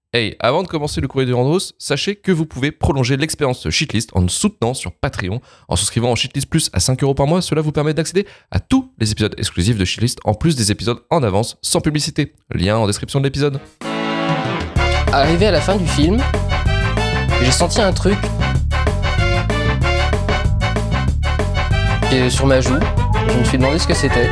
Hey, avant de commencer le courrier du Randos, sachez que vous pouvez prolonger l'expérience Shitlist en nous soutenant sur Patreon. En souscrivant en Shitlist Plus à 5€ par mois, cela vous permet d'accéder à tous les épisodes exclusifs de Shitlist, en plus des épisodes en avance, sans publicité. Lien en description de l'épisode. Arrivé à la fin du film, j'ai senti un truc sur ma joue. Je me suis demandé ce que c'était.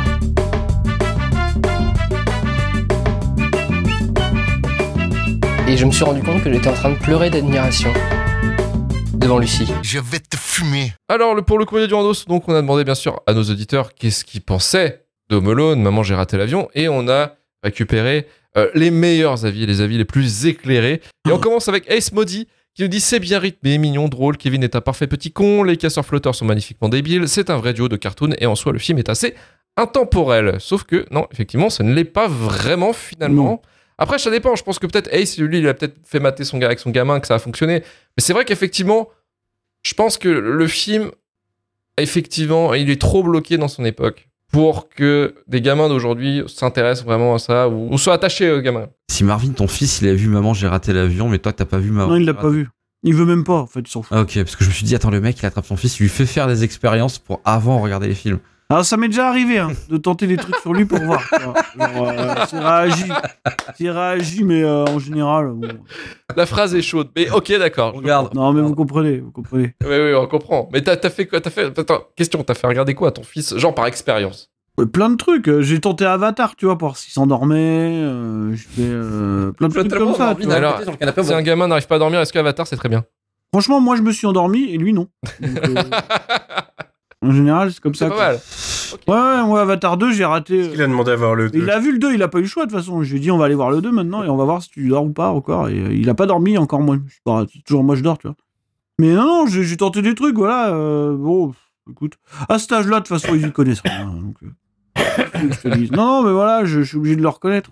Et je me suis rendu compte que j'étais en train de pleurer d'admiration devant Lucie. Je vais te fumer. Alors, pour le courrier du Randos, donc on a demandé bien sûr à nos auditeurs qu'est-ce qu'ils pensaient de Home Alone, Maman j'ai raté l'avion, et on a récupéré les meilleurs avis, les avis les plus éclairés. Et on commence avec Ace Maudit qui nous dit: c'est bien rythmé, mignon, drôle, Kevin est un parfait petit con, les casseurs flotteurs sont magnifiquement débiles, c'est un vrai duo de cartoon, et en soi le film est assez intemporel. Sauf que, non, effectivement, ça ne l'est pas vraiment finalement. Non. Après, ça dépend. Je pense que peut-être Ace, lui, il a peut-être fait mater son gars avec son gamin, que ça a fonctionné. Mais c'est vrai qu'effectivement, je pense que le film, effectivement, il est trop bloqué dans son époque pour que des gamins d'aujourd'hui s'intéressent vraiment à ça ou soient attachés aux gamins. Si Marvin, ton fils, il a vu Maman, j'ai raté l'avion, mais toi, t'as pas vu Maman. Non, il l'a j'ai pas raté- vu. Il veut même pas, en fait, il s'en fout. Ah, ok, parce que je me suis dit, attends, le mec, il attrape son fils, il lui fait faire des expériences pour avant regarder les films. Alors, ça m'est déjà arrivé, hein, de tenter des trucs sur lui pour voir. Tu vois. Genre, s'il réagit, mais en général, bon. La phrase est chaude. Mais ok, d'accord. Regarde. Non, mais vous comprenez. Oui, on comprend. Mais t'as fait quoi? Attends, question, t'as fait regarder quoi à ton fils? Genre par expérience. Ouais, plein de trucs. J'ai tenté Avatar, tu vois, pour voir s'il s'endormait. J'ai fait plein de trucs comme ça. Tu vois. Alors, si un gamin n'arrive pas à dormir, est-ce qu'Avatar c'est très bien? Franchement, moi, je me suis endormi et lui, non. Donc, en général, c'est comme C'est ça. pas quoi. mal. Ouais, moi, Avatar 2, j'ai raté. Il a demandé à voir le 2. Il a vu le 2, il a pas eu le choix de toute façon. Je lui ai dit, on va aller voir le 2 maintenant et on va voir si tu dors ou pas encore. Et il a pas dormi encore, moi. Je sais pas, c'est toujours moi, je dors, tu vois. Mais non, j'ai tenté des trucs, voilà. Bon, écoute. À cet âge-là, de toute façon, ils y connaissent rien. Donc, je te dis. Non, mais voilà, je suis obligé de le reconnaître.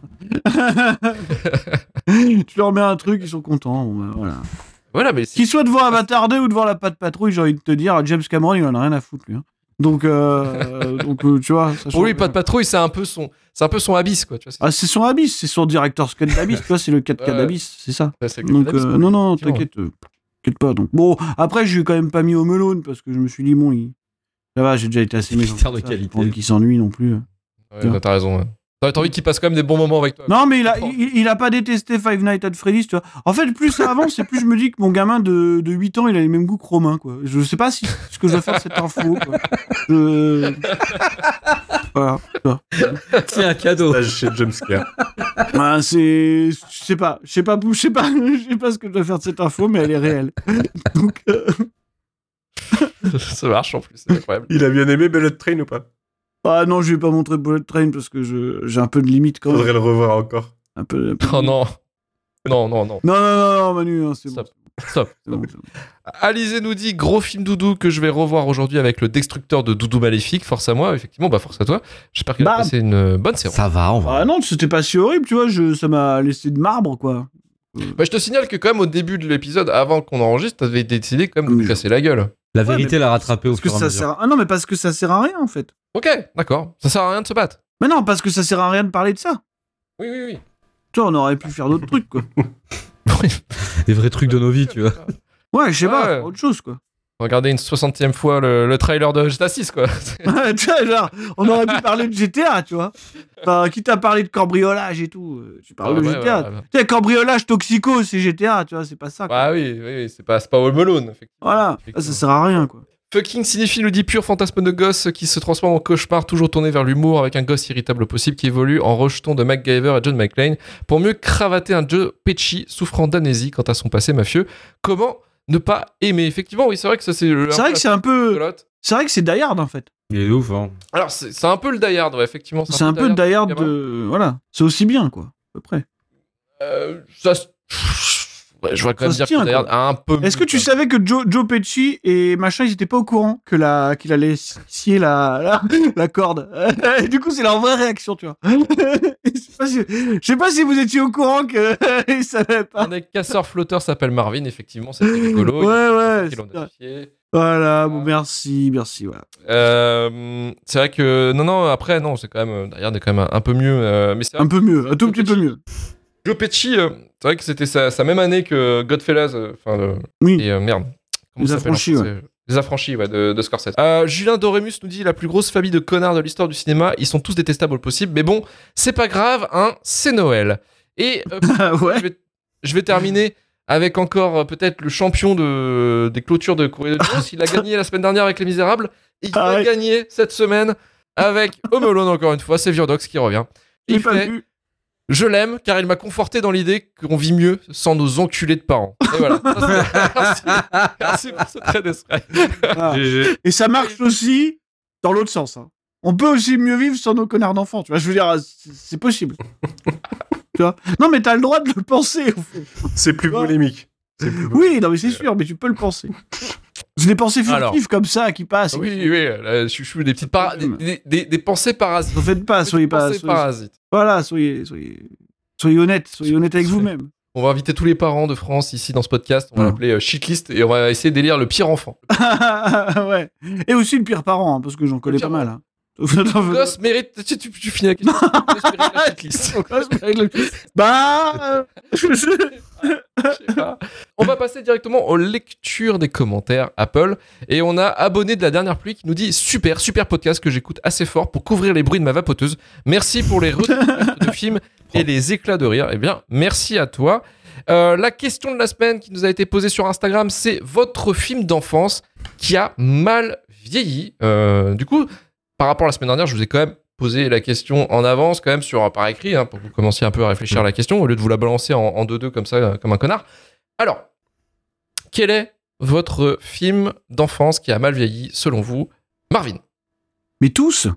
Tu leur mets un truc, ils sont contents. Bon, ben, voilà. Voilà, mais si... Qu'il soit devant Avatar 2 ou devant la patte patrouille, j'ai envie de te dire, James Cameron, il en a rien à foutre, lui. Hein. Donc, tu vois. Ça pour lui, change. pas de patrouille, c'est un peu son abysse, quoi. Tu vois, Ah, c'est son Abyss, c'est son directeur cut d'Abyss, tu vois, c'est le 4K Ouais. d'Abyss, c'est ça. c'est que Donc, l'Abysse, non, effectivement. t'inquiète pas. Donc, bon, après, je lui ai quand même pas mis Home Alone parce que je me suis dit, bon, ça va, j'ai déjà été assez méchant. Critère de pour ça, qualité. j'ai pas envie qu'il s'ennuie non plus. Ouais, t'as raison. Ouais. T'as envie qu'il passe quand même des bons moments avec toi. Non, mais comprends. il a pas détesté Five Nights at Freddy's, tu vois. En fait, plus ça avance, et plus je me dis que mon gamin de 8 ans, il a les mêmes goûts que Romain, quoi. Je sais pas ce que je vais faire de cette info, quoi. Voilà. tu vois. C'est un cadeau. Stage chez Jumpscare. Ah, je sais pas ce que je dois faire de cette info, mais elle est réelle. Donc, Ça marche en plus, c'est incroyable. Il a bien aimé Bullet Train ou pas? ah non, je vais pas montrer Bullet Train parce que j'ai un peu de limite quand même. Faudrait le revoir encore. Un peu. Oh non. Non. Non, Manu, hein, c'est bon. Stop. C'est bon, c'est bon. Alizé nous dit: gros film doudou que je vais revoir aujourd'hui avec le destructeur de Doudou Maléfique. Force à moi, effectivement, force à toi. J'espère que tu as Bah, passé une bonne séance. Ça va, on va. Ah non, c'était pas si horrible, tu vois, ça m'a laissé de marbre, quoi. Je te signale que, quand même, au début de l'épisode, avant qu'on enregistre, t'avais décidé quand même de Oui. lui casser la gueule. La Ouais, vérité mais l'a rattrapé au Parce que fur et à ça mesure. sert. Ah non, mais parce que ça sert à rien, en fait. Ok, d'accord. Ça sert à rien de se battre. Mais non, parce que ça sert à rien de parler de ça. Oui. Tu vois, on aurait pu faire d'autres trucs, quoi. Des vrais trucs de nos vies, tu vois. Ouais, je sais pas, Ouais. faire autre chose, quoi. Regardez une 60e fois le trailer de GTA 6, quoi. Ouais, tu vois, genre, on aurait pu parler de GTA, tu vois. Enfin, quitte à parler de cambriolage et tout, tu parles de GTA. Ouais. Tu sais, cambriolage toxico, c'est GTA, tu vois, c'est pas ça, quoi. Bah oui, c'est pas Home Alone, effectivement. Voilà, là, ça sert à rien, quoi. Fucking cinéphile nous dit: pur fantasme de gosse qui se transforme en cauchemar, toujours tourné vers l'humour, avec un gosse irritable possible qui évolue en rejeton de MacGyver et John McClane pour mieux cravater un Joe Pesci souffrant d'amnésie quant à son passé mafieux. Comment ne pas aimer? Effectivement, oui, c'est vrai que ça c'est. C'est vrai que c'est un peu. C'est vrai que c'est Die Hard, en fait. Il est ouf, hein. Alors c'est un peu le Die Hard, ouais, effectivement. C'est un peu Die Hard gamin. de. Voilà. C'est aussi bien, quoi, à peu près. Ouais, je vois quand même Ça se dire tient, que Die Hard quoi. a un peu. Est-ce que tu savais que Joe Pesci et machin, ils étaient pas au courant qu'il allait scier la corde? Et du coup, c'est leur vraie réaction, tu vois. Je sais pas si vous étiez au courant qu'ils savaient pas. Un des casseurs flotteurs s'appelle Marvin, effectivement, c'était rigolo. Ouais, Ils l'ont c'est notifié. Voilà, bon, merci, voilà. C'est vrai que non, après non, c'est quand même Die Hard est quand même un peu mieux, mais c'est vrai Un peu mieux, un tout Joe petit peu Pesci. mieux. Joe Pesci, c'est vrai que c'était sa même année que Godfellas. Oui. Et merde. Comment Les ça s'appelle, Affranchis, en français Les Affranchis, ouais, de Scorsese. Julien Doremus nous dit la plus grosse famille de connards de l'histoire du cinéma. Ils sont tous détestables au possible. Mais bon, c'est pas grave, hein, c'est Noël. Et Ouais. je vais terminer avec encore peut-être le champion des clôtures de Courrier de Nice. Il a gagné la semaine dernière avec Les Misérables. Et il va gagner cette semaine avec Home Alone, encore une fois. C'est Viodox qui revient. J'ai pas vu. Je l'aime car il m'a conforté dans l'idée qu'on vit mieux sans nos enculés de parents. Et voilà. Merci pour ce trait d'esprit. Ah. GG. Et ça marche aussi dans l'autre sens. Hein. On peut aussi mieux vivre sans nos connards d'enfants. Tu vois, je veux dire, c'est possible. Tu vois. Non, mais t'as le droit de le penser. Au fond. C'est plus polémique. Oui, non, mais c'est sûr, mais tu peux le penser. C'est des pensées furtives comme ça qui passent. Oui, là, je suis des petites des pensées parasites. Ne faites pas, soyez pas. Parasites. Voilà, soyez honnête, avec vous-même. On va inviter tous les parents de France ici dans ce podcast. On va l'appeler Shitlist et on va essayer d'élire le pire enfant. Ouais. Et aussi le pire parent, hein, parce que j'en connais pas mal. Hein. Ton gosse mérite. Tu finis la question. Ton gosse mérite la shitlist. Je sais pas. On va passer directement aux lectures des commentaires Apple. Et on a abonné de la dernière pluie qui nous dit super podcast que j'écoute assez fort pour couvrir les bruits de ma vapoteuse. Merci pour les redécouvertes de films et les éclats de rire. Eh bien, merci à toi. La question de la semaine qui nous a été posée sur Instagram, c'est votre film d'enfance qui a mal vieilli. Du coup, par rapport à la semaine dernière, je vous ai quand même posé la question en avance, quand même, par écrit, hein, pour que vous commenciez un peu à réfléchir à la question, au lieu de vous la balancer en 2-2 comme ça, comme un connard. Alors, quel est votre film d'enfance qui a mal vieilli, selon vous, Marvin? Mais tous.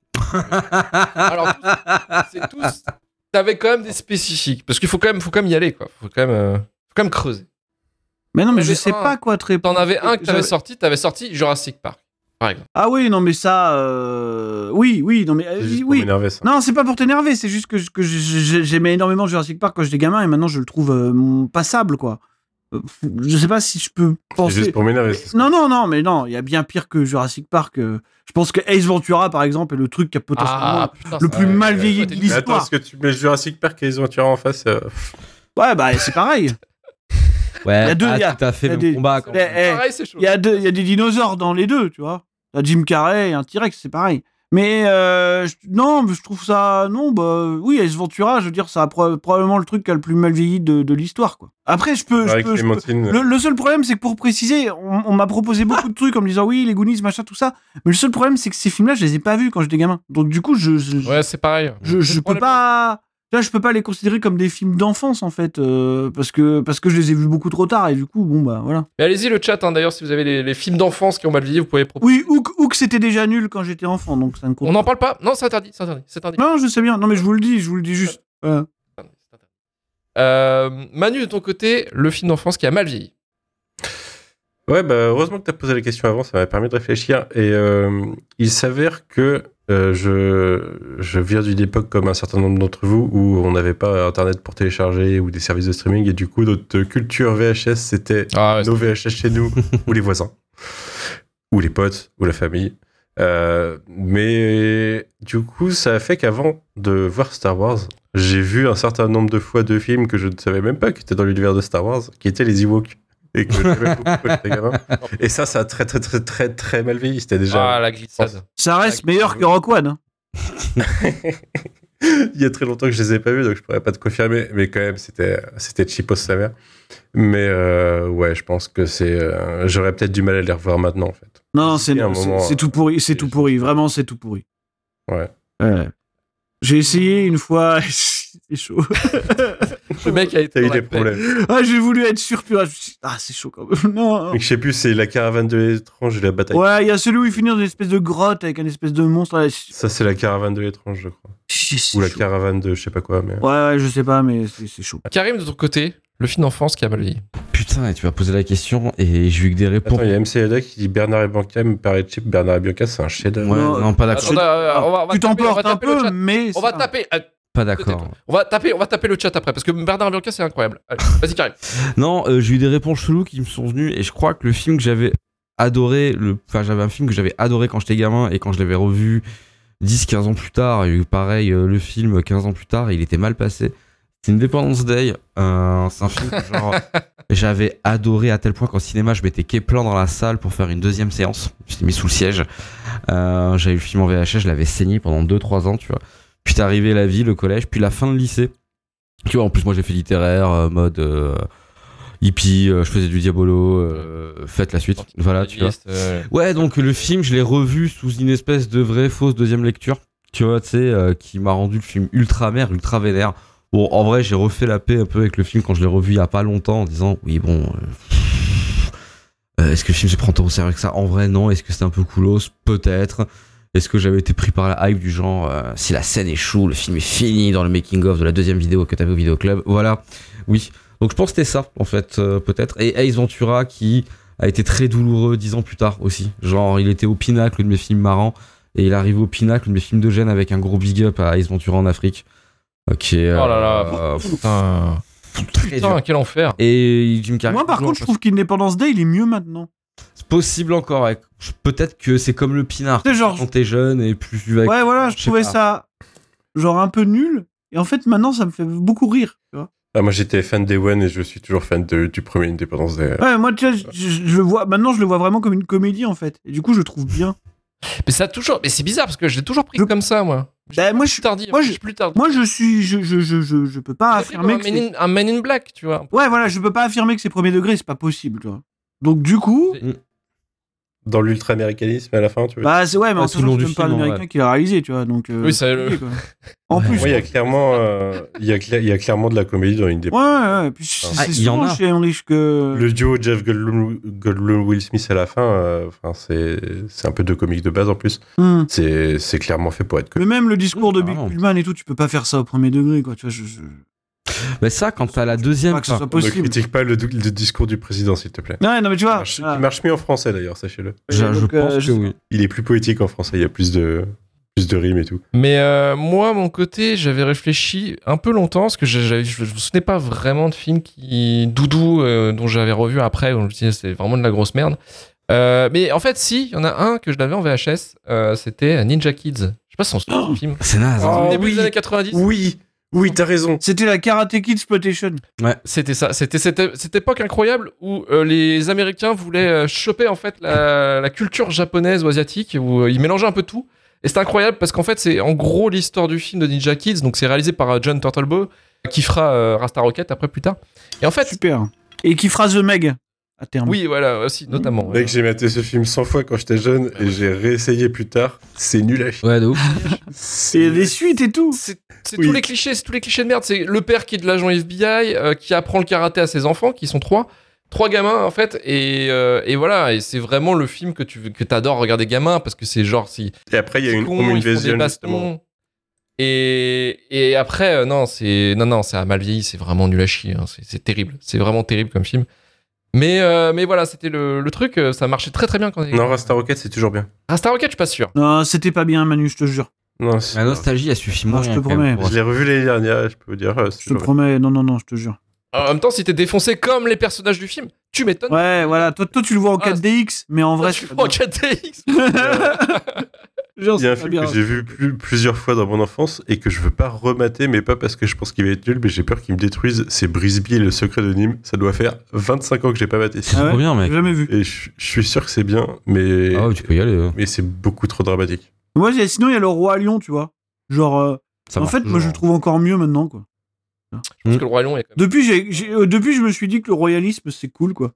Alors, c'est tous. T'avais quand même des spécifiques, parce qu'il faut quand même y aller, quoi. Faut quand même creuser. Mais non, mais je sais pas quoi te répondre. T'en avais un que t'avais sorti Jurassic Park, par exemple. Ah oui, non, mais ça... Oui, non, mais... C'est juste pour oui. m'énerver, ça. Non, c'est pas pour t'énerver, c'est juste que j'aimais énormément Jurassic Park quand j'étais gamin, et maintenant je le trouve passable, quoi. Je sais pas si je peux penser... C'est juste pour m'énerver. Non, mais non, il y a bien pire que Jurassic Park. Je pense que Ace Ventura, par exemple, est le truc qui a potentiellement le plus mal vieilli de Mais attends, l'histoire. est-ce que tu mets Jurassic Park et Ace Ventura en face Ouais, bah c'est pareil. Ouais, Il y a deux, il y a- tout à fait il y a le des- combat. Quand même. Pareil, c'est chaud. Il y a des dinosaures dans les deux, tu vois. T'as Jim Carrey et un T-Rex, c'est pareil. Mais non, je trouve ça... Non, bah oui, Ace Ventura, je veux dire, ça a probablement le truc qui a le plus mal vieilli de l'histoire, quoi. Après, je peux... Le seul problème, c'est que pour préciser, on m'a proposé beaucoup de trucs en me disant oui, les Goonies, machin, tout ça. Mais le seul problème, c'est que ces films-là, je les ai pas vus quand j'étais gamin. Donc du coup, Ouais, c'est pareil. je peux pas... Là, je peux pas les considérer comme des films d'enfance, en fait, parce que je les ai vus beaucoup trop tard, et du coup, bon, bah, voilà. Mais allez-y, le chat, hein, d'ailleurs, si vous avez les films d'enfance qui ont mal vieilli, vous pouvez proposer. Oui, ou que c'était déjà nul quand j'étais enfant, donc ça ne compte On n'en parle pas. Non, c'est interdit. Non, je sais bien. Non, mais je vous le dis juste. Voilà. Manu, de ton côté, le film d'enfance qui a mal vieilli. Ouais, bah heureusement que tu as posé la question avant, ça m'a permis de réfléchir. Et il s'avère que je viens d'une époque comme un certain nombre d'entre vous où on n'avait pas Internet pour télécharger ou des services de streaming, et du coup notre culture VHS c'était nos VHS chez nous ou les voisins ou les potes ou la famille. Mais du coup ça a fait qu'avant de voir Star Wars, j'ai vu un certain nombre de fois de films que je ne savais même pas qui étaient dans l'univers de Star Wars, qui étaient les Ewoks. Et que j'aimais beaucoup quand j'étais gamin. Et ça a très mal vieilli. C'était déjà. Ah, la glissade. Ça reste meilleur que Rock One. Hein. Il y a très longtemps que je les ai pas vus, donc je pourrais pas te confirmer. Mais quand même, c'était cheapos sa mère. Mais ouais, je pense que j'aurais peut-être du mal à les revoir maintenant, en fait. Non, c'est tout pourri. C'est tout pourri. Vraiment, c'est tout pourri. Ouais. J'ai essayé une fois. C'est chaud. Le mec a été eu des problèmes. Ah, j'ai voulu être sûr, puis c'est chaud quand même. Non. Je sais plus, c'est la caravane de l'étrange et la bataille. Ouais, il y a celui où il finit dans une espèce de grotte avec un espèce de monstre. Ça, c'est la caravane de l'étrange, je crois. Ou la caravane de je sais pas quoi. Mais... Ouais, je sais pas, mais c'est chaud. Karim, de ton côté, le film d'enfance qui a mal vieilli. Putain, et tu vas poser la question et j'ai vu que des réponses. Attends, il y a MC Yada qui dit Bernard et Bianca me paraît cheap. Bernard et Bianca, c'est un chef-d'œuvre. Ouais, non, pas d'accord. Tu t'emportes un peu, mais. On va taper. Pas d'accord. On va taper le chat après, parce que Bernard Bianca, c'est incroyable. Allez, vas-y, Karim. Non, j'ai eu des réponses cheloues qui me sont venues, et je crois que le film que j'avais adoré, j'avais un film que j'avais adoré quand j'étais gamin, et quand je l'avais revu 10-15 ans plus tard, et pareil, le film 15 ans plus tard, il était mal passé. C'est Independence Day. C'est un film que genre j'avais adoré à tel point qu'au cinéma je m'étais quai plein dans la salle pour faire une deuxième séance. J'étais mis sous le siège. J'avais eu le film en VHS, je l'avais saigné pendant 2-3 ans, tu vois. Puis t'es arrivé la vie, le collège, puis la fin de lycée. Tu vois, en plus moi j'ai fait littéraire, mode hippie, je faisais du diabolo, faites la suite. Voilà, tu vois. Ouais, donc le film, je l'ai revu sous une espèce de vraie fausse deuxième lecture. Tu vois, tu sais, qui m'a rendu le film ultra amer, ultra vénère. Bon, en vrai, j'ai refait la paix un peu avec le film quand je l'ai revu il y a pas longtemps en disant, oui, bon, est-ce que le film se prend trop au sérieux que ça? En vrai, non. Est-ce que c'était un peu coolos? Peut-être. Est-ce que j'avais été pris par la hype du genre, si la scène échoue, le film est fini dans le making-of de la deuxième vidéo que t'avais au vidéoclub? Voilà. Oui. Donc je pense que c'était ça, en fait, peut-être. Et Ace Ventura qui a été très douloureux 10 ans plus tard aussi. Genre, il était au pinacle de mes films marrants. Et il arrive au pinacle de mes films de gêne avec un gros big up à Ace Ventura en Afrique. Ok. Oh là là, putain. Très dur. Putain, quel enfer. Et Jim Carrey. Moi, par contre, je trouve qu'Independence Day, il est mieux maintenant. C'est possible encore. Ouais. Peut-être que c'est comme le pinard. C'est genre. Quand t'es jeune et plus. Ouais, voilà, je sais trouvais pas. ça genre un peu nul. Et en fait, maintenant, ça me fait beaucoup rire. Tu vois. Ah, moi, j'étais fan Day One et je suis toujours fan du premier Independence Day. Ouais, moi, tu vois, je le vois. Maintenant, je le vois vraiment comme une comédie, en fait. Et du coup, je le trouve bien. Mais ça a toujours. Mais c'est bizarre parce que je l'ai toujours pris comme ça, moi. Bah, moi, je Plus suis. tardif. moi, Je suis plus tardif. Moi, je suis. Je peux pas Je l'ai pris affirmer comme que c'est. un Man in Black, tu vois. Ouais, voilà, je peux pas affirmer que c'est premier degré, c'est pas possible, tu vois. Donc, du coup. Dans l'ultra-américanisme à la fin, tu vois. Bah, c'est ouais, mais en tout fait, le long c'est du même pas film, l'américain ouais. qui l'a réalisé, tu vois. Donc, Oui, ça, c'est quoi. En plus, Ouais, il y a clairement, il y a clairement de la comédie dans Independence. ouais, puis c'est Ah, il y en souvent a. chez Emmerich que. Le duo Jeff Goldblum Will Smith à la fin, enfin c'est un peu de comique de base en plus. Hmm. C'est clairement fait pour être Mais même le discours de Bill Carrément. Pullman et tout, tu peux pas faire ça au premier degré, quoi. Tu vois, Mais ça, quand t'as la deuxième. pas que ce soit Ne possible. critique pas le discours du président, s'il te plaît. Ouais, non, mais tu vois. Qui marche mieux en français d'ailleurs, sachez-le. Je Donc, pense je que sais oui. Il est plus poétique en français, il y a plus de rimes et tout. Mais moi, mon côté, j'avais réfléchi un peu longtemps parce que je me souvenais pas vraiment de films Doudou dont j'avais revu après où je me disais c'est vraiment de la grosse merde. Mais en fait, si, il y en a un que je l'avais en VHS, c'était Ninja Kids. Je sais pas si on se souvient du film. C'est naze. hein. Oh, Début oui. des années 90. Oui, t'as raison. C'était la Karate Kid Exploitation. C'était ça. C'était cette époque incroyable où les Américains voulaient choper en fait la culture japonaise ou asiatique où ils mélangeaient un peu tout. Et c'est incroyable parce qu'en fait, c'est en gros l'histoire du film de Ninja Kids. Donc, c'est réalisé par John Turtlebow qui fera Rasta Rocket après plus tard. Et en fait, Super. Et qui fera The Meg à terme. oui, voilà, aussi, notamment. Mec, j'ai maté ce film 100 fois quand j'étais jeune et j'ai réessayé plus tard. C'est nul à chier. Ouais, de ouf. Et les suites et tout. C'est Oui. tous les clichés, c'est tous les clichés de merde. C'est le père qui est de l'agent FBI, qui apprend le karaté à ses enfants, qui sont trois gamins en fait, et voilà. Et c'est vraiment le film que t'adores regarder gamin parce que c'est genre si Et après, il y a une con, home ils font des invasion, bastons. justement. Et après non, ça a mal vieilli, c'est vraiment nul à chier. Hein. C'est terrible, c'est vraiment terrible comme film. Mais voilà, c'était le truc. Ça marchait très très bien quand. Non, Rasta Rocket, c'est toujours bien. Rasta Rocket, je suis pas sûr. Non, c'était pas bien, Manu, je te jure. Non, La nostalgie, elle suffit moins. je te promets. Je l'ai revu l'année dernière, je peux vous dire. c'est Je te toujours bien. promets. Non, je te jure. En même temps, si t'es défoncé comme les personnages du film, tu m'étonnes. Ouais, voilà. Toi, tu le vois en Ah, 4DX, mais en vrai, tu c'est vois pas en 4DX. bien. Genre, Il y a un c'est pas film bien. que j'ai vu plusieurs fois dans mon enfance et que je veux pas remater, mais pas parce que je pense qu'il va être nul, mais j'ai peur qu'il me détruise. C'est Brisby et le secret de Nîmes. Ça doit faire 25 ans que j'ai pas maté ça. Ah ouais Trop bien, mec. J'ai jamais vu. Et je suis sûr que c'est bien, mais, Ah ouais, tu peux y aller. mais c'est beaucoup trop dramatique. Moi, sinon, il y a le Roi Lion, tu vois. Genre, Ça en marche fait, moi, toujours. je le trouve encore mieux maintenant, quoi. Je pense que le Roi Lion est quand même Depuis, je me suis dit que le royalisme, c'est cool, quoi.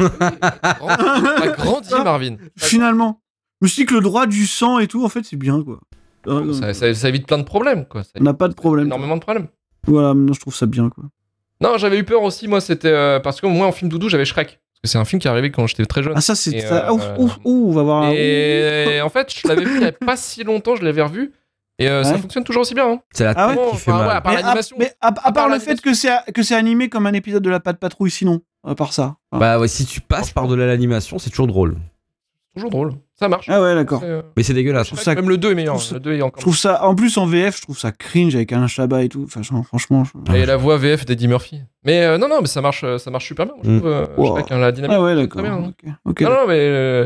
a grandi, Marvin. Finalement. Je me suis dit que le droit du sang et tout, en fait, c'est bien, quoi. Ça évite plein de problèmes, quoi. Ça On n'a pas de problème. énormément de problèmes. Voilà, maintenant, je trouve ça bien, quoi. Non, j'avais eu peur aussi, moi, c'était parce que moi, en film doudou, j'avais Shrek. Parce que c'est un film qui est arrivé quand j'étais très jeune. Ah, ça, c'est. Et, ça- Ouf, on va voir. Et en fait, je l'avais vu il y a pas si longtemps, je l'avais revu. Et ça Ouais. fonctionne toujours aussi bien. Hein. C'est la Ah tête ouais qui fait Enfin, mal. ouais, à part Mais l'animation. à part part le fait que c'est animé comme un épisode de la Patte Patrouille, sinon, à part ça. Ah, Bah ouais, si tu passes par-delà l'animation, c'est toujours drôle. Toujours drôle. Ça marche. Ah ouais, d'accord. C'est, Mais c'est dégueulasse. trouve ça- Même le 2 est meilleur. je trouve ça- Le 2 est Je encore. trouve ça, en plus en VF, je trouve ça cringe avec Alain Chabat et tout. Enfin, genre, franchement. Et la voix VF d'Eddie Murphy. Mais non, mais ça marche super bien. Moi, je trouve Wow. Shrek, hein, la dynamique. Ah ouais, c'est d'accord. très bien, hein. Ok. Non, non, mais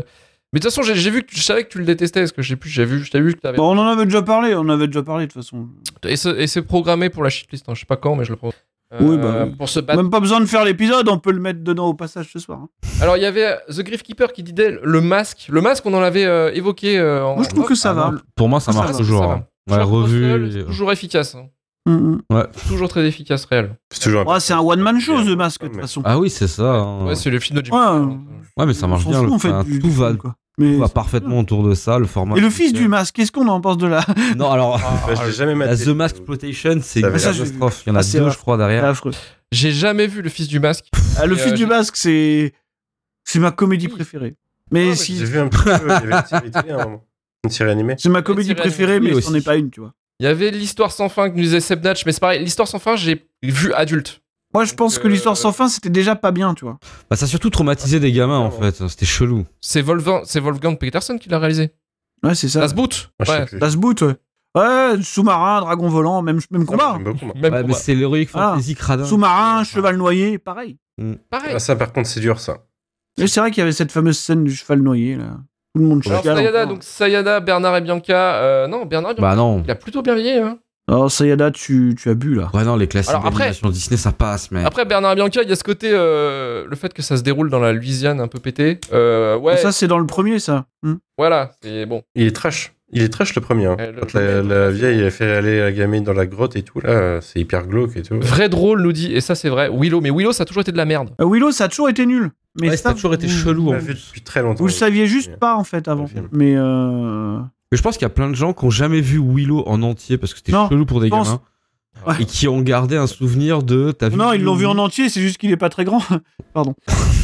Mais de toute façon, j'ai vu que je savais que tu le détestais, parce que je sais plus, j'ai vu que t'avais. Bon, on en avait déjà parlé de toute façon. Et c'est programmé pour la shitlist, hein. Je sais pas quand, mais je le programme. Oui, bah oui. Pour se battre. Même pas besoin de faire l'épisode, on peut le mettre dedans au passage ce soir. Hein. Alors, il y avait The Grief Keeper qui disait le masque. Le masque, on en avait évoqué. Moi, je trouve que ça va. Pour moi, ça Ça marche va, toujours. ça va. hein. Ouais, revu. C'est toujours efficace. Hein. Ouais, Toujours très efficace, réel. C'est toujours un c'est un one-man show, The Mask, de toute façon. Ah oui, c'est ça. hein. Ouais, c'est le film de Jim Ouais, Carrey. Ouais, mais ça marche On s'en bien. fout, Le, en fait, enfin, du tout va, film, quoi. Mais tout va parfaitement autour de ça. Le format. Et le fils du masque, qu'est-ce qu'on en pense de là? Non, alors. Bah, je l'ai jamais La maté. The Mask Exploitation, c'est Ça une avait l'air- catastrophe. Il y en a Ah, c'est deux, vrai. je crois, C'est derrière. affreux. J'ai jamais vu le fils du masque. Ah, le Et, fils du masque, c'est ma comédie Oui. préférée. Mais mais si, J'ai vu un petit peu, il y avait une série télé à un moment. Une série animée. c'est ma comédie série préférée, animée mais aussi. c'en est pas une, tu vois. Il y avait l'histoire sans fin que nous disait Sebnatch, mais c'est pareil. L'histoire sans fin, j'ai vu adulte. Moi, je pense que l'histoire sans fin, c'était déjà pas bien, tu vois. Bah, ça a surtout traumatisé des gamins, en fait. C'était chelou. C'est Wolfgang Peterson qui l'a réalisé. Ouais, c'est ça. Das Boot. Moi, je sais Ouais. plus. Das Boot, ouais. Ouais, sous-marin, dragon volant, même combat. J'aime beaucoup, moi. Même Ouais, mais combat. c'est l'Heroic Ah. Fantasy Cradin. Sous-marin, cheval noyé, pareil. Pareil. Ah, ça, par contre, c'est dur, ça. Mais c'est vrai qu'il y avait cette fameuse scène du cheval noyé, là. Tout le monde Alors, chiale Sayada, encore. donc Sayada, Bernard et Bianca. Non, Bernard et Bianca, Bah non. il a plutôt bien vieilli. Hein. Alors, Sayada, tu as bu, là. Ouais, non, les classiques Alors, après- d'animation Disney, ça passe, mais. Après, Bernard et Bianca, il y a ce côté, le fait que ça se déroule dans la Louisiane un peu pété. Ouais, Ça, c'est dans le premier, ça. voilà, c'est bon. Il est trash. Il est trash, le premier. Hein. Ouais, le Quand premier, la vieille, elle fait aller la gamine dans la grotte et tout, là, c'est hyper glauque et tout. Vrai drôle, nous dit, et ça c'est vrai, Willow. Mais Willow, ça a toujours été de la merde. Willow, ça a toujours été nul. Mais Ouais, ça a toujours été chelou, On en l'a vu plus. depuis très longtemps. Vous le saviez juste pas, en fait, avant. Le film. Mais Mais je pense qu'il y a plein de gens qui ont jamais vu Willow en entier parce que c'était Non, chelou pour des je pense. gamins. Ouais. Et qui ont gardé un souvenir de. T'as vu Non, ils l'ont vu en Willow entier, c'est juste qu'il est pas très grand. Pardon.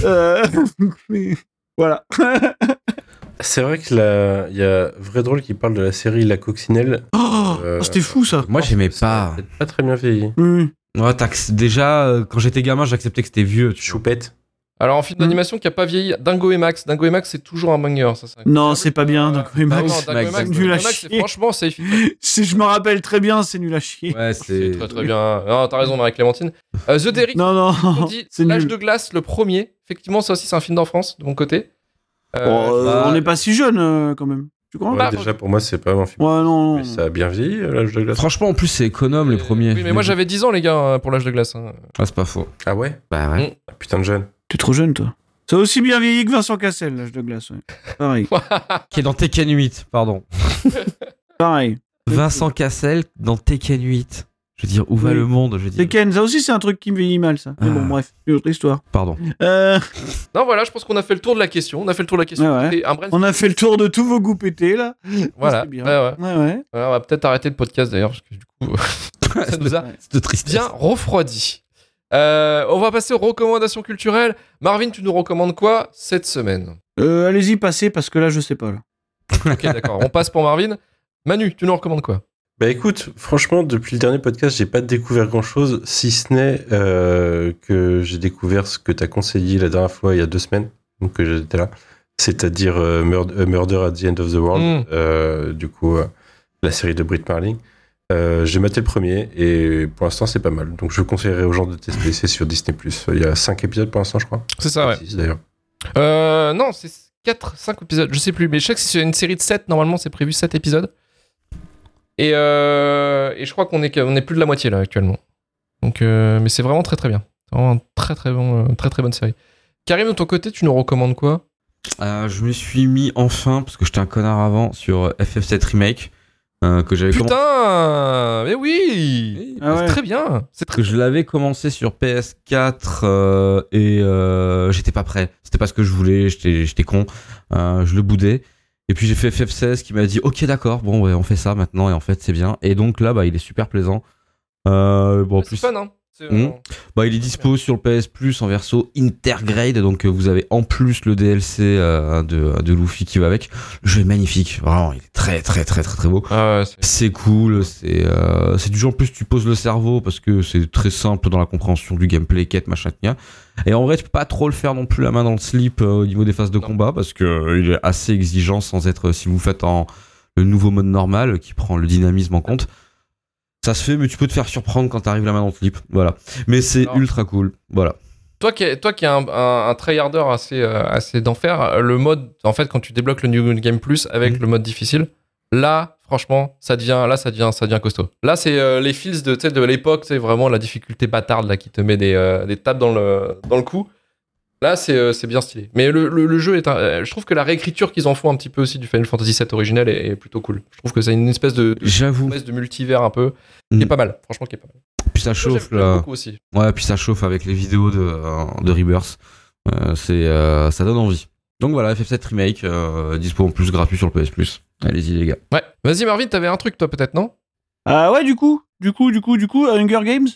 Mais voilà. C'est vrai que il y a Vrai Drôle qui parle de la série La Coccinelle. Oh, c'était fou, ça. Moi, j'aimais Ça a pas. peut-être pas très bien vieilli. Oui. Ouais, déjà, quand j'étais gamin, j'acceptais que c'était vieux. tu vois. Choupette. Alors, en film d'animation qui a pas vieilli, Dingo et Max. Dingo et Max, c'est toujours un banger, ça. Non, c'est pas bien, Dingo et Max. Non, Dingo et Max, Max, Dingo nul et à Max, chier. franchement, c'est efficace. Je me rappelle très bien, c'est nul à chier. Ouais, C'est très très bien. Non, t'as raison, Marie-Clémentine. The Derrick, Non, on non, dit c'est L'âge nul. de glace, le premier. Effectivement, ça aussi, c'est un film d'enfance, de mon côté. bah, On n'est pas si jeune, quand même. Tu crois Ouais, Bah, déjà, pour moi, c'est pas un film. Ouais, non. Mais ça a bien vieilli, l'âge de glace. Franchement, en plus, c'est économe les premiers. Oui, mais moi j'avais 10 ans, les gars, pour l'âge de glace. Hein. Ah, c'est pas faux. Ah ouais Bah ouais. Ah, putain de jeune. T'es trop jeune, toi. Ça a aussi bien vieilli que Vincent Cassel, l'âge de glace. Ouais. Pareil. Qui est dans Tekken 8, pardon. Pareil. Vincent Cassel dans Tekken 8. Je veux dire, où va Oui. le monde je veux dire. Tekken, ça aussi, c'est un truc qui me vieillit mal, ça. Mais bon, Ah. bref, c'est une autre histoire. Pardon. Non, voilà, je pense qu'on a fait le tour de la question. On a fait le tour de la question. Ouais, ouais. C'était un bref- On a fait le tour de tous vos goûts pétés, là. Voilà. C'est bien. Ouais, ouais. Ouais. Voilà, on va peut-être arrêter le podcast d'ailleurs, parce que du coup, ça nous a C'est de tristesse. bien refroidi. On va passer aux recommandations culturelles. Marvin, tu nous recommandes quoi cette semaine? Allez-y, passez, parce que là, je sais pas, là. Ok, d'accord. On passe pour Marvin. Manu, tu nous recommandes quoi? Bah écoute, franchement, depuis le dernier podcast, j'ai pas découvert grand chose, si ce n'est que j'ai découvert ce que t'as conseillé la dernière fois, il y a 2 semaines, donc que j'étais là, c'est-à-dire Murder at the End of the World, du coup, la série de Brit Marling. J'ai maté le premier et pour l'instant c'est pas mal, donc je conseillerais aux gens de tester. C'est sur Disney+. Il y a 5 épisodes pour l'instant, je crois. C'est ça, ouais. 6 d'ailleurs. Non, c'est 5 épisodes, je sais plus, mais je sais que c'est une série de 7, normalement c'est prévu 7 épisodes. Et je crois qu'on est plus de la moitié là actuellement. Donc, mais c'est vraiment très très bien. C'est vraiment un très très bonne série. Karim, de ton côté, tu nous recommandes quoi? Je me suis mis enfin, parce que j'étais un connard avant, sur FF7 Remake. Que j'avais commencé. Putain, mais oui, Ah ouais. c'est très bien. C'est très... Que je l'avais commencé sur PS4 et j'étais pas prêt. C'était pas ce que je voulais, j'étais con. Je le boudais. Et puis j'ai fait FF16 qui m'a dit ok d'accord, bon ouais, on fait ça maintenant et en fait c'est bien. Et donc là bah il est super plaisant. Bon en C'est plus fun, hein. C'est, bah il est dispo sur le PS Plus en verso Intergrade, donc vous avez en plus le DLC de Luffy qui va avec. Le jeu est magnifique, vraiment il est très très très très très beau. Ah ouais, C'est cool, c'est du genre en plus tu poses le cerveau parce que c'est très simple dans la compréhension du gameplay, quête, machin, etc. Et en vrai tu peux pas trop le faire non plus la main dans le slip au niveau des phases de combat parce que il est assez exigeant sans être, si vous faites en le nouveau mode normal qui prend le dynamisme en compte. Ça se fait mais tu peux te faire surprendre quand t'arrives la main dans le slip, voilà. Mais c'est Alors. ultra cool, voilà. Toi qui es un tryharder assez d'enfer, le mode, en fait, quand tu débloques le New Game Plus avec le mode difficile, là, franchement, ça devient costaud. Là, c'est les feels de l'époque, c'est vraiment la difficulté bâtarde là, qui te met des tapes dans le cou. Là, c'est bien stylé. Mais le jeu je trouve que la réécriture qu'ils en font un petit peu aussi du Final Fantasy VII originel est plutôt cool. Je trouve que c'est une espèce de promesse de multivers un peu, qui est pas mal. Franchement, qui est pas mal. Puis ça chauffe J'aime là. beaucoup aussi. Ouais, puis ça chauffe avec les vidéos de Rebirth. Ça donne envie. Donc voilà, FF7 Remake, dispo en plus gratuit sur le PS Plus. Allez-y les gars. Ouais. Vas-y Marvin, t'avais un truc toi peut-être, non? Ouais, du coup, Hunger Games.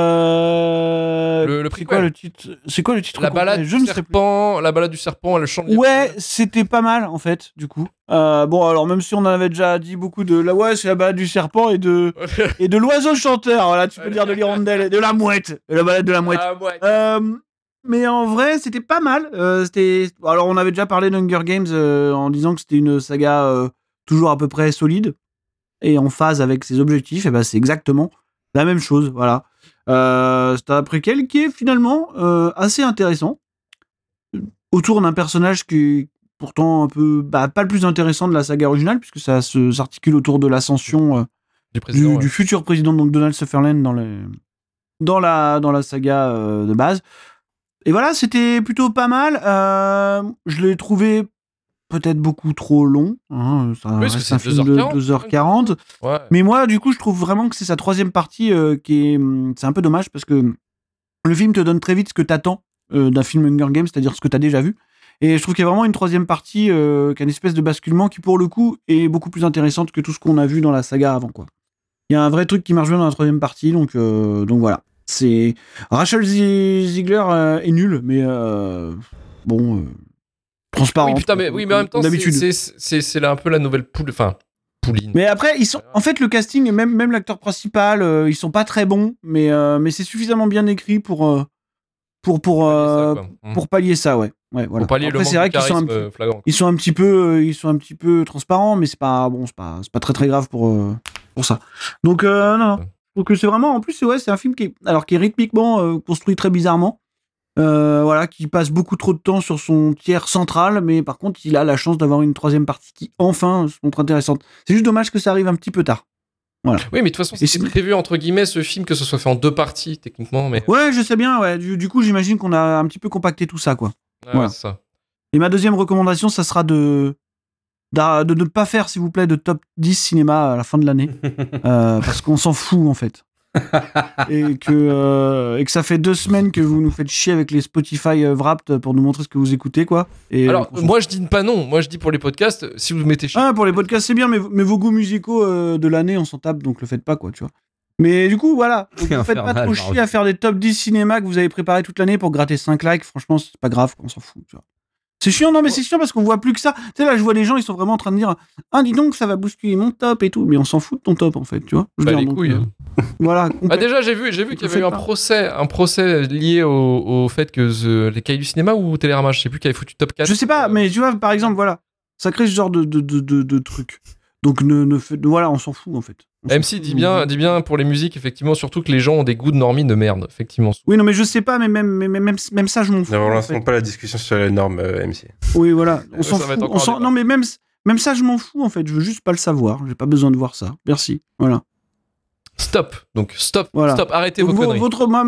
Le c'est quoi le titre? La complet balade Je du ne sais plus. serpent, la balade du serpent, le chant de Ouais, c'était pas mal en fait, du coup. Bon, alors même si on en avait déjà dit beaucoup de c'est la balade du serpent et de l'oiseau chanteur. Voilà, tu peux dire de l'hirondelle et de la mouette, la balade de la mouette. Ah, ouais. Mais en vrai, c'était pas mal. Alors, on avait déjà parlé d'Hunger Games en disant que c'était une saga toujours à peu près solide et en phase avec ses objectifs. Et ben, c'est exactement la même chose. Voilà. C'est un préquel qui est finalement assez intéressant autour d'un personnage qui est pourtant un peu pas le plus intéressant de la saga originale puisque ça s'articule autour de l'ascension du futur président, donc Donald Sutherland dans la saga de base. Et voilà, c'était plutôt pas mal. Je l'ai trouvé peut-être beaucoup trop long. Hein, ça Oui, parce reste que un c'est film de 2h40. 2h40. Ouais. Mais moi, du coup, je trouve vraiment que c'est sa troisième partie qui est... C'est un peu dommage parce que le film te donne très vite ce que t'attends d'un film Hunger Games, c'est-à-dire ce que t'as déjà vu. Et je trouve qu'il y a vraiment une troisième partie qui a une espèce de basculement qui, pour le coup, est beaucoup plus intéressante que tout ce qu'on a vu dans la saga avant, quoi. Il y a un vrai truc qui marche bien dans la troisième partie, donc voilà. C'est Rachel Ziegler est nul, mais transparent. Oui, putain, mais en même temps, d'habitude. c'est là un peu la nouvelle pouline. Mais après, ils sont, en fait, le casting, même l'acteur principal, ils sont pas très bons, mais c'est suffisamment bien écrit pour pallier ça, ouais. Ouais, voilà. Pour pallier Après, le c'est vrai manque de qu'ils sont charisme flagrant. ils sont un petit peu transparents, mais c'est pas très très grave pour ça. Donc non. Donc c'est vraiment, en plus, c'est un film qui est rythmiquement construit très bizarrement. Voilà, qui passe beaucoup trop de temps sur son tiers central, mais par contre, il a la chance d'avoir une troisième partie qui, enfin, se montre intéressante. C'est juste dommage que ça arrive un petit peu tard. Voilà. Oui, mais de toute façon, c'est prévu, entre guillemets, ce film, que ce soit fait en 2 parties, techniquement. Mais... Ouais, je sais bien, ouais. Du coup, j'imagine qu'on a un petit peu compacté tout ça, quoi. Ouais, c'est ça. Et ma deuxième recommandation, ça sera de ne pas faire, s'il vous plaît, de top 10 cinéma à la fin de l'année. Parce qu'on s'en fout, en fait. et que ça fait 2 semaines que vous nous faites chier avec les Spotify Wrapped pour nous montrer ce que vous écoutez, quoi. Et alors, moi je dis pas non, moi je dis pour les podcasts, si vous mettez chier. Ah, pour les podcasts c'est bien, mais vos goûts musicaux de l'année on s'en tape, donc le faites pas, quoi, tu vois. Mais du coup, voilà, vous faites pas trop chier à faire des top 10 cinéma que vous avez préparé toute l'année pour gratter 5 likes, franchement c'est pas grave, on s'en fout, tu vois. C'est chiant, non, mais c'est chiant parce qu'on voit plus que ça. Tu sais, là, je vois les gens, ils sont vraiment en train de dire ah, dis donc, ça va bousculer mon top et tout. Mais on s'en fout de ton top, en fait, tu vois. Les couilles. Voilà. Bah déjà, j'ai vu qu'il y avait eu un procès lié au fait que les cahiers du cinéma ou Télérama, je sais plus, qui avait foutu top 4. Je sais pas, mais tu vois, par exemple, voilà. Ça crée ce genre de truc. Donc, voilà, on s'en fout, en fait. MC dit bien pour les musiques, effectivement, surtout que les gens ont des goûts de normies de merde, effectivement. Oui, non, mais je sais pas, mais même ça, je m'en fous. Ne relançons pas la discussion sur les normes, MC. Oui, voilà, on s'en fout. Non, mais même ça, je m'en fous, en fait. Je veux juste pas le savoir. J'ai pas besoin de voir ça. Merci. Voilà. Stop. Donc, stop. Voilà. Stop. Arrêtez vos conneries.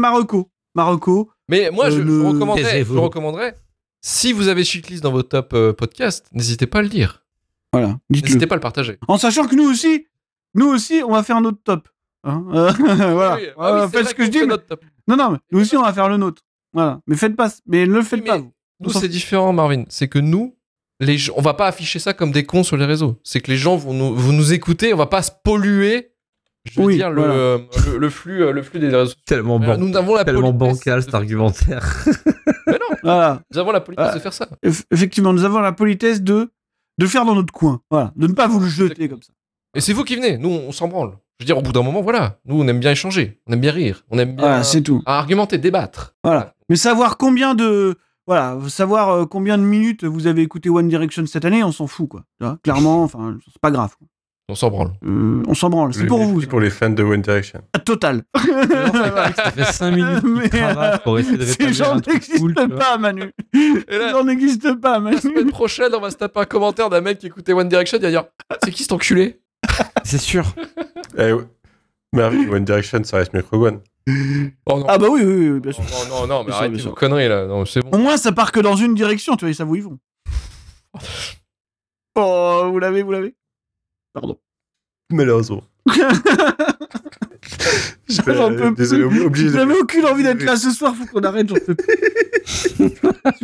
Marocco. Mais moi, je recommanderais, si vous avez Shitlist dans vos top podcast, n'hésitez pas à le dire. Voilà. Dites-le. N'hésitez pas à le partager. En sachant que nous aussi, on va faire notre top. Hein voilà. Faites ce que je dis. Mais... Non, mais nous aussi, on va faire le nôtre. Voilà. Mais ne le faites pas. Nous, c'est différent, Marvin. C'est que nous, on va pas afficher ça comme des cons sur les réseaux. C'est que les gens vont nous écouter. On va pas se polluer. Je veux dire, le flux des réseaux. Tellement bancal cet argumentaire. Mais non. Voilà. Nous avons la politesse de faire ça. Effectivement, nous avons la politesse de le faire dans notre coin. Voilà. De ne pas vous le jeter comme ça. Et c'est vous qui venez, nous on s'en branle. Je veux dire, au bout d'un moment, voilà, nous on aime bien échanger, on aime bien rire, on aime bien c'est tout. Argumenter, débattre. Voilà. Mais savoir combien de minutes vous avez écouté One Direction cette année, on s'en fout, quoi. Tu vois, clairement, enfin, c'est pas grave. On s'en branle. On s'en branle, c'est Le pour mépris vous. pour les fans de One Direction. Total. Ça fait 5 minutes Mais, qu'il cravache pour essayer de Ces rétablir gens un truc cool. n'existent tu vois. pas, Manu. Et là, Ces gens n'existent pas, Manu. la semaine prochaine, on va se taper un commentaire d'un mec qui écoutait One Direction. Il va dire c'est qui cet enculé? C'est sûr. Eh ouais. Marvin, One Direction, ça reste mieux que Rogue One. Oh non. Ah bah oui, bien sûr. Non, mais Bien sûr, arrêtez bien sûr. vos conneries là. Non, c'est bon. Au moins, ça part que dans une direction, tu vois, ils savent où ils vont. Oh, vous l'avez. Pardon. Malheureusement. J'en peux Désolé, plus. obligé de. J'avais aucune envie d'être là ce soir, faut qu'on arrête, j'en peux plus.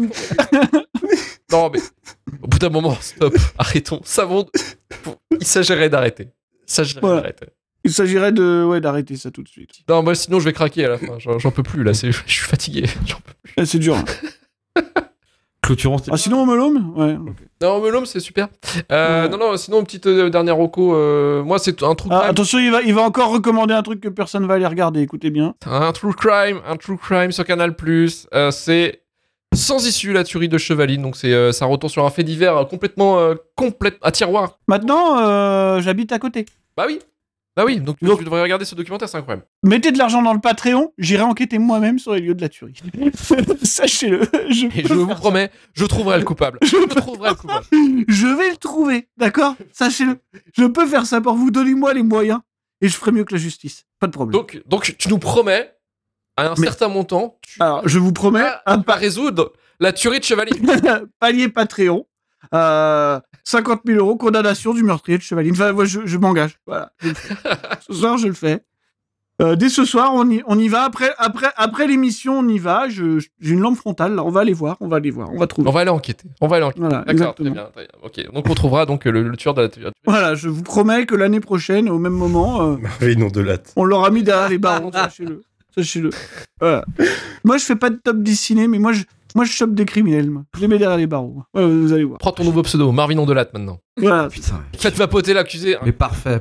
Non, mais au bout d'un moment, stop. Arrêtons. Savons. Il s'agirait d'arrêter. Voilà. Il s'agirait d'arrêter ça tout de suite. Non, moi sinon je vais craquer à la fin. J'en peux plus là. Je suis fatigué. J'en peux plus. C'est dur. Hein. Clôturons. Ah, sinon, Home Alone ouais. Non, Melom, c'est super. Ouais. Non, sinon, une petite dernière reco. Moi, c'est un true Ah, crime. attention, il va encore recommander un truc que personne va aller regarder, écoutez bien. Un true crime sur Canal+. C'est Sans issue, la tuerie de Chevaline. Donc, ça retourne sur un fait divers complètement à tiroir. Maintenant, j'habite à côté. Bah oui. Donc, tu devrais regarder ce documentaire, c'est incroyable. Mettez de l'argent dans le Patreon, j'irai enquêter moi-même sur les lieux de la tuerie. Sachez-le. Et je vous promets, je trouverai le coupable. Je vais le trouver, d'accord? Sachez-le. Je peux faire ça pour vous. Donnez-moi les moyens et je ferai mieux que la justice. Pas de problème. Donc tu nous promets, à un certain montant, tu Alors, je vous promets, vas résoudre la tuerie de Chevaline. palier Patreon, 50 000 €, condamnation du meurtrier de Chevaline. Enfin, moi, je m'engage. Voilà. Je le fais. Ce soir, je le fais. Dès ce soir, on y va. Après l'émission, on y va. J'ai une lampe frontale. Là, on va aller voir. On va trouver. On va aller enquêter. Voilà, D'accord, exactement. très bien. Ok, donc on trouvera donc le tueur de la tuerie. Voilà, je vous promets que l'année prochaine, au même moment, Marvin, nom de latte. on l'aura mis derrière les barreaux. Sachez-le. Voilà. Moi, je fais pas de top dessiné, mais moi, je chope des criminels. Moi. Je les mets derrière les barreaux. Ouais, vous allez voir. Prends ton nouveau pseudo, Marvin Ondelat maintenant. Voilà. Putain. Faites vapoter l'accusé. Mais parfait.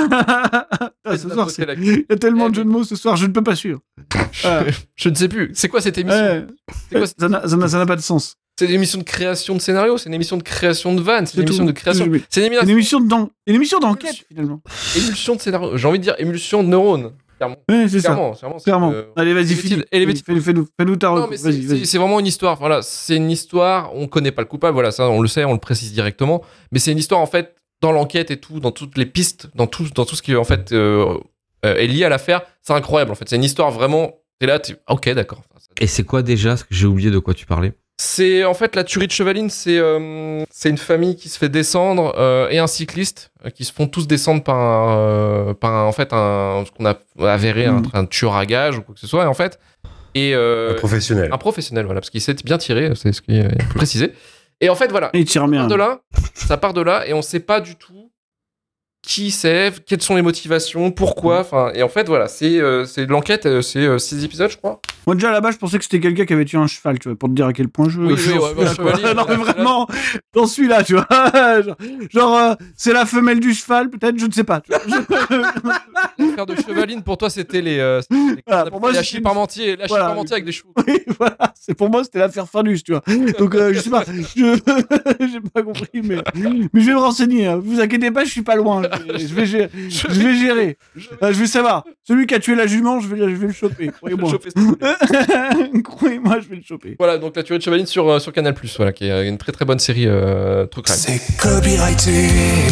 Ah, ce soir, Vapoter il y a tellement de jeux de mots ce soir, je ne peux pas suivre. Voilà. Je ne sais plus. C'est quoi cette émission? Ouais. C'est quoi, Ça n'a pas de sens. c'est une émission de création de scénario, c'est une émission de création de vannes, c'est une C'est émission tout. de création. Oui. C'est une Une émission d'enquête, finalement. émulsion de scénario. J'ai envie de dire émulsion de neurones. Clairement. Oui, c'est ça. Clairement. Allez, vas-y, Elevated. fais-nous ta Non, reco. mais Vas-y. c'est vraiment une histoire. Voilà, c'est une histoire. On connaît pas le coupable. Voilà, ça, on le sait, on le précise directement. Mais c'est une histoire en fait dans l'enquête et tout, dans toutes les pistes, dans tout ce qui en fait est lié à l'affaire. C'est incroyable en fait. C'est une histoire vraiment. T'es là, ok, d'accord. Enfin, Et c'est quoi déjà? Ce que j'ai oublié de quoi tu parlais. c'est en fait la tuerie de Chevaline. C'est une famille qui se fait descendre et un cycliste qui se font tous descendre par ce qu'on a avéré un tueur à gages ou quoi que ce soit. Et en fait, Un professionnel. un professionnel, voilà, parce qu'il s'est bien tiré, c'est ce qui est précisé. Et en fait, voilà, Il tire bien. ça part de là, et on sait pas du tout qui c'est, quelles sont les motivations, pourquoi, enfin, et en fait, voilà, c'est de l'enquête, c'est 6 épisodes, je crois. Moi, déjà, à la base, je pensais que c'était quelqu'un qui avait tué un cheval, tu vois, pour te dire à quel point je Oui, suis ouais, dans ce bah, film-là, quoi. chevalier, Non, mais là, vraiment, j'en suis là, tu vois. Genre, c'est la femelle du cheval, peut-être, je ne sais pas. Tu vois. L'affaire de Chevaline, pour toi, c'était Voilà, pour moi, la c'était chie parmentier, avec des chevaux. Oui, voilà, pour moi, c'était l'affaire Fanus, tu vois. Donc, je sais pas, j'ai pas compris, mais je vais me renseigner. Hein. Vous inquiétez pas, je suis pas loin. Je vais gérer. Je vais savoir. Celui qui a tué la jument, je vais le choper. Croyez-moi. Croyez-moi, je vais le choper. Voilà, donc la tuerie de Chevaline sur Canal+, voilà, qui est une très très bonne série true crime. C'est copyrighté.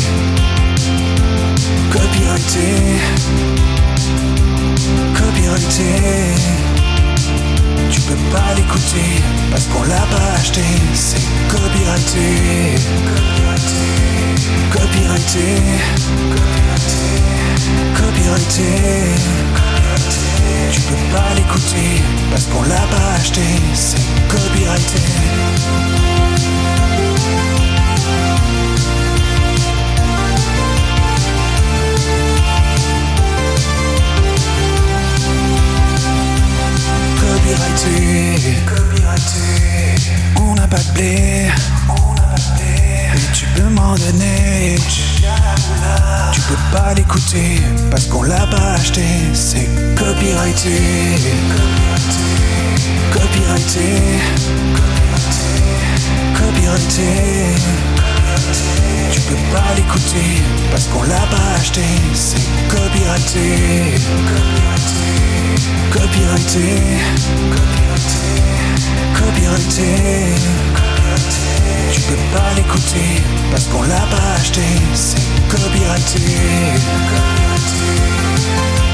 Tu peux pas l'écouter parce qu'on l'a pas acheté. C'est copyrighté. Tu peux pas l'écouter parce qu'on l'a pas acheté. C'est copyrighté. On n'a pas de blé, mais tu peux m'en donner. Tu peux pas l'écouter parce qu'on l'a pas acheté. C'est copyrighté. Tu peux pas l'écouter parce parce qu'on l'a pas acheté, c'est copyrighté. Copyrighté. Copyrighté. Tu peux pas l'écouter parce qu'on l'a pas acheté, c'est copyrighté.